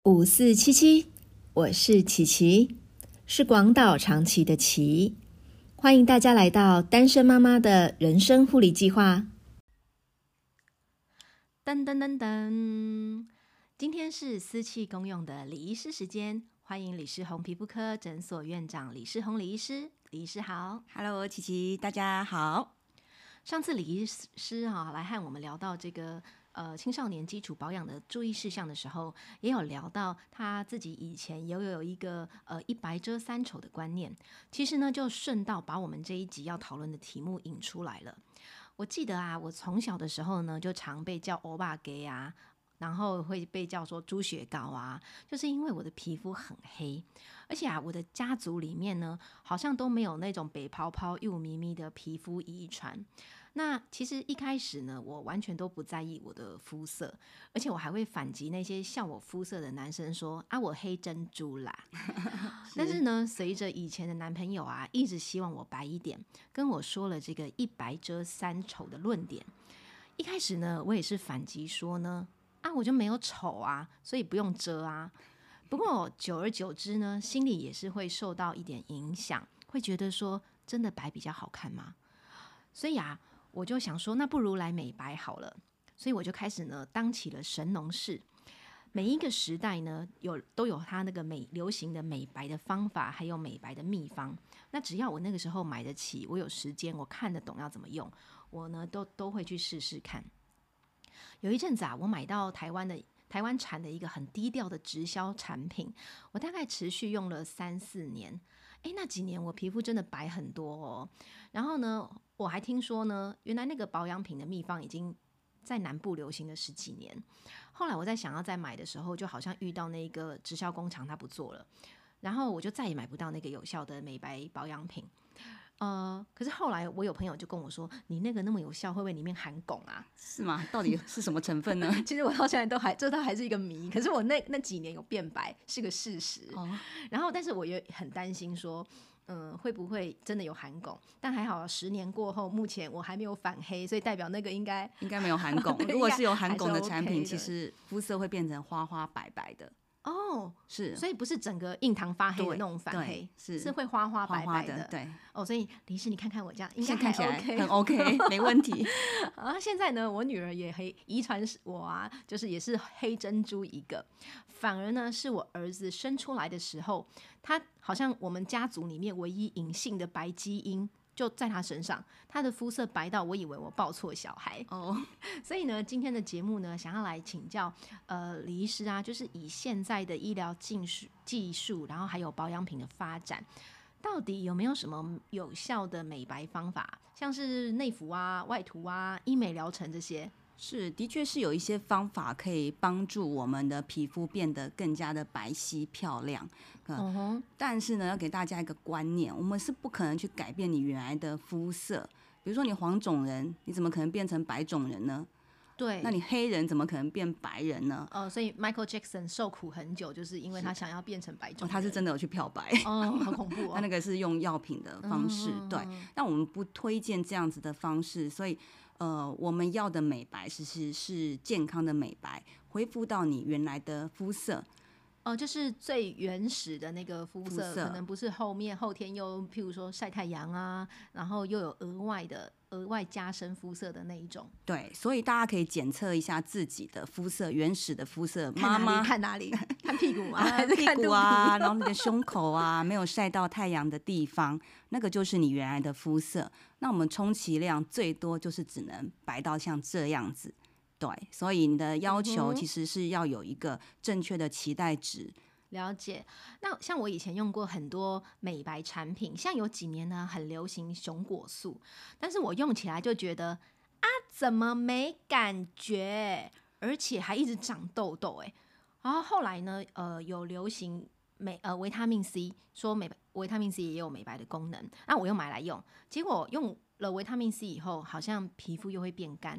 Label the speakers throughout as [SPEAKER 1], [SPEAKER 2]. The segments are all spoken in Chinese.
[SPEAKER 1] 5477，我是琪琪，是广岛长崎的琪，欢迎大家来到单身妈妈的人生护理计划。
[SPEAKER 2] 噔噔噔噔，今天是私器公用的李医师时间，欢迎李世宏皮肤科诊所院长李世宏李医师。李医师好。
[SPEAKER 3] Hello， 琪琪，大家好。
[SPEAKER 2] 上次李医师来和我们聊到这个青少年基础保养的注意事项的时候，也有聊到他自己以前也有一个一白遮三丑的观念。其实呢，就顺道把我们这一集要讨论的题目引出来了。我记得啊，我从小的时候呢，就常被叫欧巴给啊，然后会被叫说猪血糕啊，就是因为我的皮肤很黑，而且啊，我的家族里面呢，好像都没有那种白泡泡又咪咪的皮肤遗传。那其实一开始呢，我完全都不在意我的肤色，而且我还会反击那些笑我肤色的男生说啊，我黑珍珠啦。但是呢，随着以前的男朋友啊，一直希望我白一点，跟我说了这个一白遮三丑的论点。一开始呢，我也是反击说呢，啊，我就没有丑啊，所以不用遮啊。不过久而久之呢，心里也是会受到一点影响，会觉得说，真的白比较好看吗？所以啊，我就想说，那不如来美白好了。所以我就开始呢，当起了神农氏。每一个时代呢，都有它那个流行的美白的方法，还有美白的秘方。那只要我那个时候买得起，我有时间，我看得懂要怎么用，我呢都会去试试看。有一阵子啊，我买到台湾产的一个很低调的直销产品，我大概持续用了3-4年。那几年我皮肤真的白很多哦。然后呢，我还听说呢，原来那个保养品的秘方已经在南部流行了10几年。后来我在想要再买的时候，就好像遇到那个直销工厂它不做了，然后我就再也买不到那个有效的美白保养品。可是后来我有朋友就跟我说，你那个那么有效，会不会里面含汞啊？
[SPEAKER 3] 是吗？到底是什么成分呢？
[SPEAKER 2] 其实我到现在这还是一个谜。可是我那几年有变白是个事实。然后但是我也很担心说，会不会真的有含汞？但还好10年过后，目前我还没有反黑，所以代表那个应该
[SPEAKER 3] 没有含汞。如果是有含汞的产品，
[SPEAKER 2] OK 的
[SPEAKER 3] 其实肤色会变成花花白白的。是，
[SPEAKER 2] 所以不是整个印堂发黑的那种反黑，是会花花白白的。
[SPEAKER 3] 对，
[SPEAKER 2] 所以李医师你看看我这样，应该
[SPEAKER 3] 看起来很 OK， 没问题。
[SPEAKER 2] 现在呢，我女儿也遗传我啊，就是也是黑珍珠一个。反而呢，是我儿子生出来的时候，他好像我们家族里面唯一隐性的白基因就在他身上，他的肤色白到我以为我抱错小孩。所以呢，今天的节目呢，想要来请教李医师啊，就是以现在的医疗技术，然后还有保养品的发展，到底有没有什么有效的美白方法，像是内服啊、外涂啊、医美疗程这些？
[SPEAKER 3] 是，的确是有一些方法可以帮助我们的皮肤变得更加的白皙漂亮。但是呢，要给大家一个观念，我们是不可能去改变你原来的肤色。比如说你黄种人，你怎么可能变成白种人呢？
[SPEAKER 2] 对，
[SPEAKER 3] 那你黑人怎么可能变白人呢？
[SPEAKER 2] 所以 Michael Jackson 受苦很久，就是因为他想要变成白种人。
[SPEAKER 3] 他是真的有去漂白。
[SPEAKER 2] 好恐怖哦。
[SPEAKER 3] 他那个是用药品的方式。对，但我们不推荐这样子的方式。所以我们要的美白其实是健康的美白，恢复到你原来的肤色。
[SPEAKER 2] 就是最原始的那个肤色，可能不是后天又譬如说晒太阳啊，然后又有额外加深肤色的那一种。
[SPEAKER 3] 对，所以大家可以检测一下自己的肤色，原始的肤色。
[SPEAKER 2] 妈妈看哪里？看屁股吗？还是看
[SPEAKER 3] 屁股啊？然后你的胸口啊，没有晒到太阳的地方，那个就是你原来的肤色。那我们充其量最多就是只能白到像这样子。对，所以你的要求其实是要有一个正确的期待值。
[SPEAKER 2] 了解。那像我以前用过很多美白产品，像有几年呢很流行熊果素，但是我用起来就觉得啊，怎么没感觉，而且还一直长痘痘然后后来呢，有流行维他命 C， 说维他命 C 也有美白的功能，那我又买来用，结果用了维他命 C 以后，好像皮肤又会变干。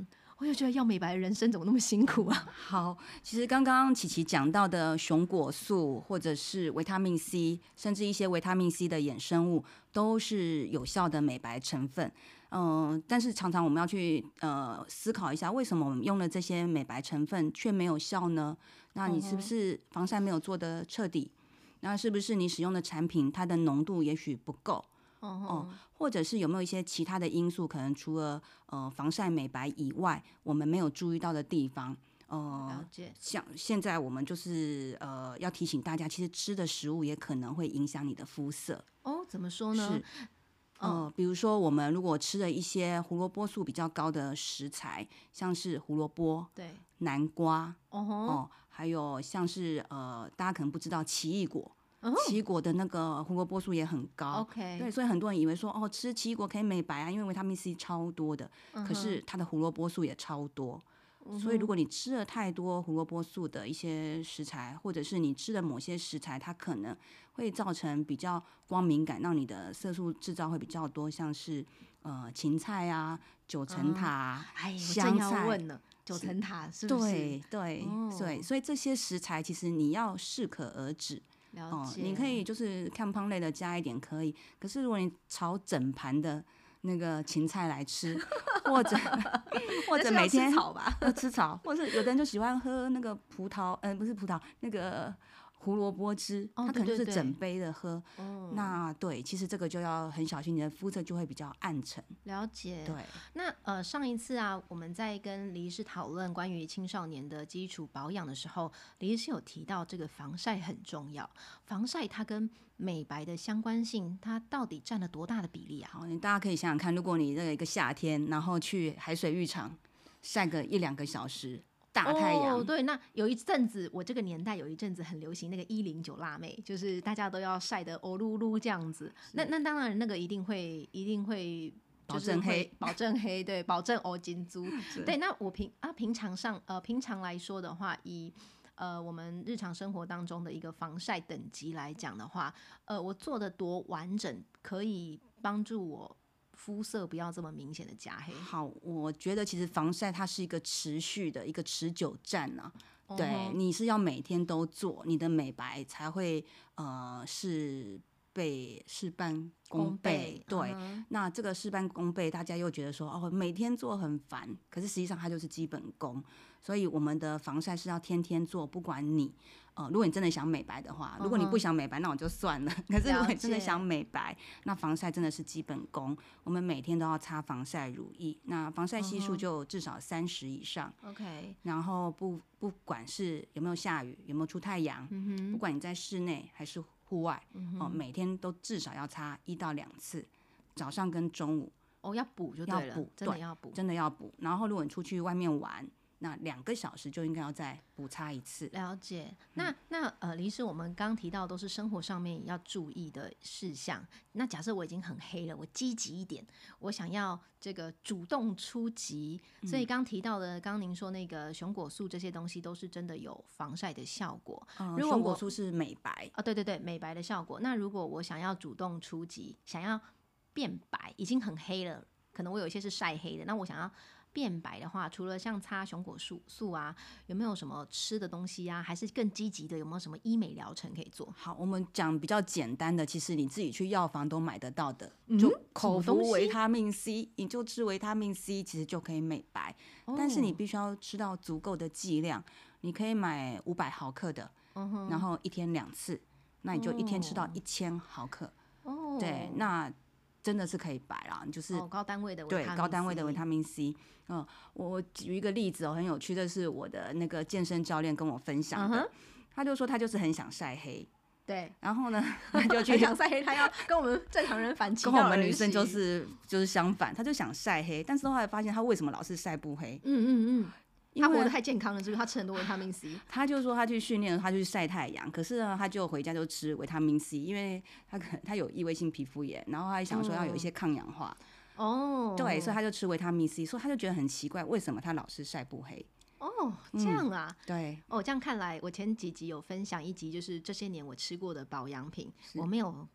[SPEAKER 2] 我就觉得要美白的人生怎么那么辛苦啊？
[SPEAKER 3] 好，其实刚刚琪琪讲到的熊果素或者是维他命 C， 甚至一些维他命 C 的衍生物，都是有效的美白成分。但是常常我们要去思考一下，为什么我们用了这些美白成分却没有效呢？那你是不是防晒没有做得彻底？那是不是你使用的产品它的浓度也许不够？或者是有没有一些其他的因素，可能除了防晒美白以外，我们没有注意到的地方？
[SPEAKER 2] 了解。
[SPEAKER 3] 像现在我们就是要提醒大家，其实吃的食物也可能会影响你的肤色。
[SPEAKER 2] 怎么说呢？
[SPEAKER 3] 是。比如说我们如果吃了一些胡萝卜素比较高的食材，像是胡萝卜、
[SPEAKER 2] 对，
[SPEAKER 3] 南瓜，还有像是大家可能不知道奇异果。奇异果的那个胡萝卜素也很高。
[SPEAKER 2] OK，
[SPEAKER 3] 对，所以很多人以为说吃奇异果可以美白啊，因为维他命 C 超多的，可是它的胡萝卜素也超多。所以如果你吃了太多胡萝卜素的一些食材，或者是你吃的某些食材，它可能会造成比较光敏感，让你的色素制造会比较多，像是芹菜啊、九层塔啊、香菜。
[SPEAKER 2] 我正要问了，九层塔是不是？
[SPEAKER 3] 对，所以这些食材其实你要适可而止。你可以就是看胖类的加一点可以，可是如果你炒整盘的那个芹菜来吃，或者每天吃草，或者有的人就喜欢喝那个葡萄，不是葡萄，那个胡萝卜汁，它可能就是整杯的喝。那对，其实这个就要很小心，你的肤色就会比较暗沉。
[SPEAKER 2] 了解。
[SPEAKER 3] 对。
[SPEAKER 2] 那上一次啊，我们在跟李医师讨论关于青少年的基础保养的时候，李医师有提到这个防晒很重要。防晒它跟美白的相关性，它到底占了多大的比例啊？
[SPEAKER 3] 好，大家可以想想看，如果你这个一个夏天，然后去海水浴场晒个1-2个小时。大太阳。
[SPEAKER 2] 对，那有一阵子，我这个年代有一阵子很流行那个109辣妹，就是大家都要晒得欧噜噜这样子。那当然，那个一定会
[SPEAKER 3] 保证黑，
[SPEAKER 2] 保证黑，对，保证欧金珠。对，那我平常来说的话，以我们日常生活当中的一个防晒等级来讲的话，我做的多完整，可以帮助我肤色不要这么明显的加黑。
[SPEAKER 3] 好，我觉得其实防晒它是一个持续的一个持久战啊。对，你是要每天都做，你的美白才会是被事半功倍。对，那这个事半功倍，大家又觉得说每天做很烦，可是实际上它就是基本功。所以我们的防晒是要天天做，不管你如果你真的想美白的话，如果你不想美白，那我就算了。可是如果你真的想美白，那防晒真的是基本功。我们每天都要擦防晒乳液，那防晒系数就至少30以上。
[SPEAKER 2] OK，
[SPEAKER 3] 然后不管是有没有下雨，有没有出太阳，不管你在室内还是户外，每天都至少要擦1到2次，早上跟中午。
[SPEAKER 2] 要补就对了，真的要补，
[SPEAKER 3] 真的要补。然后如果你出去外面玩，那2个小时就应该要再补擦1次。
[SPEAKER 2] 了解。那李医师，我们刚提到都是生活上面要注意的事项。那假设我已经很黑了，我积极一点，我想要这个主动出击，所以刚提到的，刚您说那个熊果素这些东西都是真的有防晒的效果。
[SPEAKER 3] 熊果素是美白
[SPEAKER 2] 对，美白的效果。那如果我想要主动出击，想要变白，已经很黑了，可能我有一些是晒黑的，那我想要变白的话，除了像擦熊果素啊，有没有什么吃的东西啊？还是更积极的，有没有什么医美疗程可以做？
[SPEAKER 3] 好，我们讲比较简单的，其实你自己去药房都买得到的，就口服维他命 C， 你就吃维他命 C， 其实就可以美白。但是你必须要吃到足够的剂量，你可以买500毫克的，然后1天2次，那你就1天吃到1000毫克。对，那真的是可以白啦，就是
[SPEAKER 2] 高单位的维他命 C。
[SPEAKER 3] 对，高单位的维他命 C。我举一个例子很有趣的是我的那个健身教练跟我分享的，他就说他就是很想晒黑。
[SPEAKER 2] 对，
[SPEAKER 3] 然后呢，他就去
[SPEAKER 2] 想晒黑，他要跟我们正常人反其道而行，
[SPEAKER 3] 跟我们女生就是相反，他就想晒黑，但是后来发现他为什么老是晒不黑？
[SPEAKER 2] 他活得太健康了，是不是？他吃很多维他命 C。
[SPEAKER 3] 他就说他去训练，他就去晒太阳，可是呢，他就回家就吃维他命 C， 因为他有异位性皮肤炎，然后他还想说要有一些抗氧化。对，所以他就吃维他命 C， 所以他就觉得很奇怪，为什么他老是晒不黑？
[SPEAKER 2] 这样啊。
[SPEAKER 3] 对。
[SPEAKER 2] 这样看来，我前几集有分享一集，就是这些年我吃过的保养品，我没有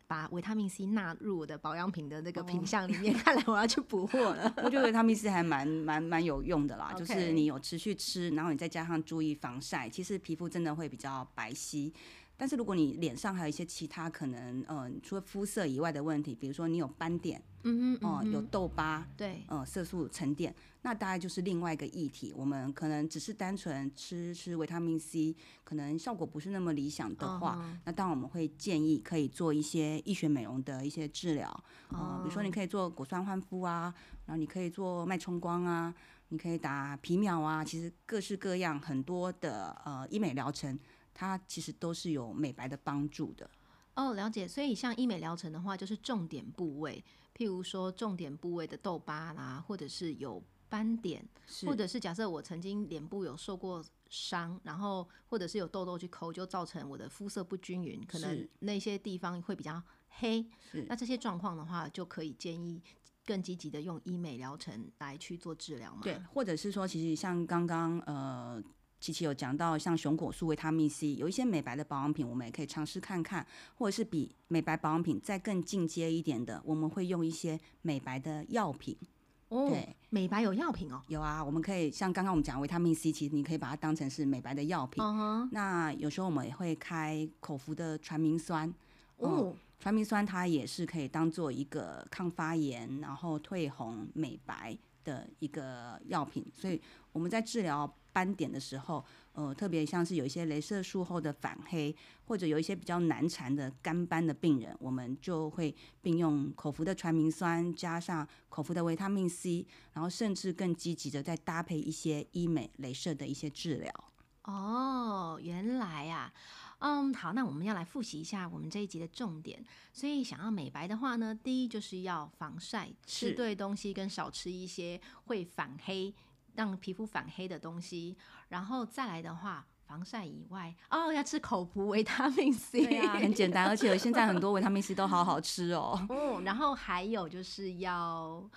[SPEAKER 2] 把维他命 C 纳入我的保养品的那个品项里面，看来我要去补货了。
[SPEAKER 3] 我觉得维他命 C 还蛮有用的啦，
[SPEAKER 2] Okay.
[SPEAKER 3] 就是你有持续吃，然后你再加上注意防晒，其实皮肤真的会比较白皙。但是如果你脸上还有一些其他可能除了肤色以外的问题，比如说你有斑点，有痘疤，
[SPEAKER 2] 对，
[SPEAKER 3] 色素沉淀，那大概就是另外一个议题。我们可能只是单纯吃维他命 C， 可能效果不是那么理想的话，那当然我们会建议可以做一些医学美容的一些治疗，比如说你可以做果酸焕肤啊，然后你可以做脉冲光啊，你可以打皮秒啊，其实各式各样很多的医美疗程，它其实都是有美白的帮助的。
[SPEAKER 2] 了解。所以像医美疗程的话，就是重点部位，譬如说重点部位的痘疤啦，或者是有斑点，或者是假设我曾经脸部有受过伤，然后或者是有痘痘去抠，就造成我的肤色不均匀，可能那些地方会比较黑。那这些状况的话，就可以建议更积极的用医美疗程来去做治疗嘛？
[SPEAKER 3] 对，或者是说，其实像刚刚琪琪有讲到，像熊果素、维他命 C， 有一些美白的保养品，我们也可以尝试看看，或者是比美白保养品再更进阶一点的，我们会用一些美白的药品。
[SPEAKER 2] 对，美白有药品哦？
[SPEAKER 3] 有啊，我们可以像刚刚我们讲维他命 C， 其实你可以把它当成是美白的药品。那有时候我们也会开口服的传明酸。传明酸它也是可以当做一个抗发炎，然后退红、美白的一个药品。所以我们在治疗斑点的时候，特别像是有一些雷射术后的反黑，或者有一些比较难缠的干斑的病人，我们就会并用口服的传明酸加上口服的维他命 C， 然后甚至更积极的再搭配一些医美雷射的一些治疗。
[SPEAKER 2] 原来啊。好，那我们要来复习一下我们这一集的重点。所以想要美白的话呢，第一就是要防晒，吃对东西跟少吃一些会反黑让皮肤反黑的东西。然后再来的话，防晒以外要吃口服维他命 C。
[SPEAKER 3] 对啊，很简单，而且现在很多维他命 C 都好好吃哦。
[SPEAKER 2] 然后还有就是要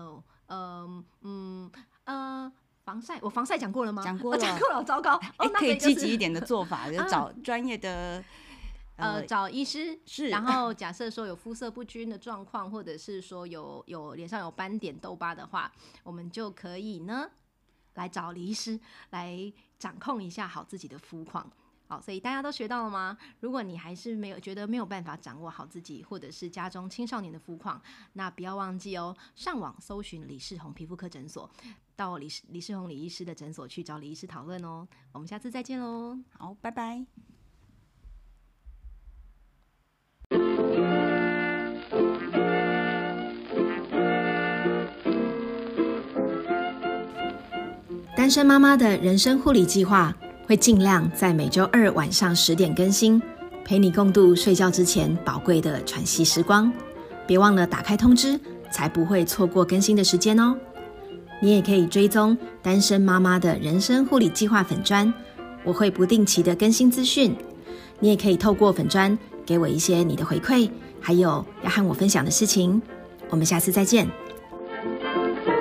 [SPEAKER 2] 防晒，我防晒讲过了吗？
[SPEAKER 3] 讲过了，
[SPEAKER 2] 讲过了，糟糕。
[SPEAKER 3] 可以积极一点的做法，就找专业的
[SPEAKER 2] 找医师。
[SPEAKER 3] 是。
[SPEAKER 2] 然后假设说有肤色不均的状况，或者是说有脸上有斑点、痘疤的话，我们就可以呢来找李医师来掌控一下好自己的肤况。好，所以大家都学到了吗？如果你还是觉得没有办法掌握好自己，或者是家中青少年的肤况，那不要忘记上网搜寻李世宏皮肤科诊所，到李世宏李医师的诊所去找李医师讨论哦。我们下次再见喽。
[SPEAKER 3] 好，拜拜。
[SPEAKER 1] 单身妈妈的人生护理计划会尽量在每周二晚上10点更新，陪你共度睡觉之前宝贵的喘息时光。别忘了打开通知，才不会错过更新的时间哦。你也可以追踪单身妈妈的人生护理计划粉专，我会不定期的更新资讯。你也可以透过粉专给我一些你的回馈，还有要和我分享的事情。我们下次再见。